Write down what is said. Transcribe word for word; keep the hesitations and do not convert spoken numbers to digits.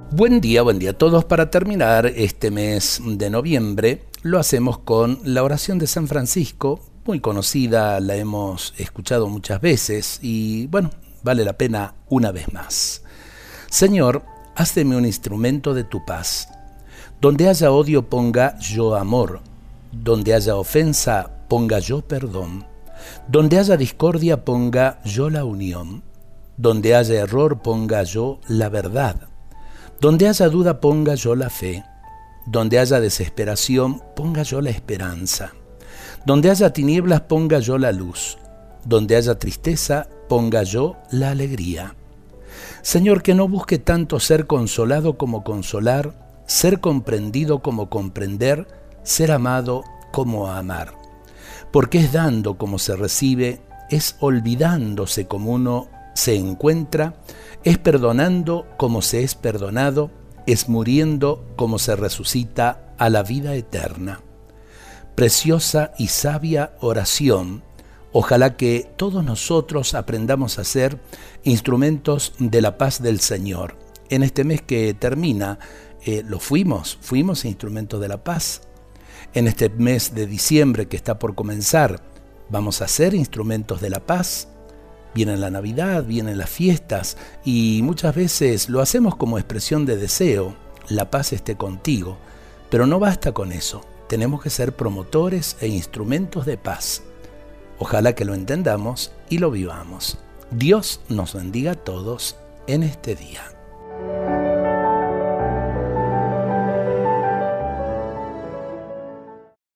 Buen día, buen día a todos. Para terminar este mes de noviembre, lo hacemos con la oración de San Francisco, muy conocida, la hemos escuchado muchas veces y, bueno, vale la pena una vez más. Señor, haz de mí un instrumento de tu paz. Donde haya odio, ponga yo amor. Donde haya ofensa, ponga yo perdón. Donde haya discordia, ponga yo la unión. Donde haya error, ponga yo la verdad. Donde haya duda, ponga yo la fe. Donde haya desesperación, ponga yo la esperanza. Donde haya tinieblas, ponga yo la luz. Donde haya tristeza, ponga yo la alegría. Señor, que no busque tanto ser consolado como consolar, ser comprendido como comprender, ser amado como amar. Porque es dando como se recibe, es olvidándose como uno se encuentra, es perdonando como se es perdonado, es muriendo como se resucita a la vida eterna. Preciosa y sabia oración. Ojalá que todos nosotros aprendamos a ser instrumentos de la paz del Señor. En este mes que termina, eh, lo fuimos, fuimos instrumentos de la paz. En este mes de diciembre que está por comenzar, vamos a ser instrumentos de la paz. Viene la Navidad, vienen las fiestas y muchas veces lo hacemos como expresión de deseo, la paz esté contigo, pero no basta con eso, tenemos que ser promotores e instrumentos de paz. Ojalá que lo entendamos y lo vivamos. Dios nos bendiga a todos en este día.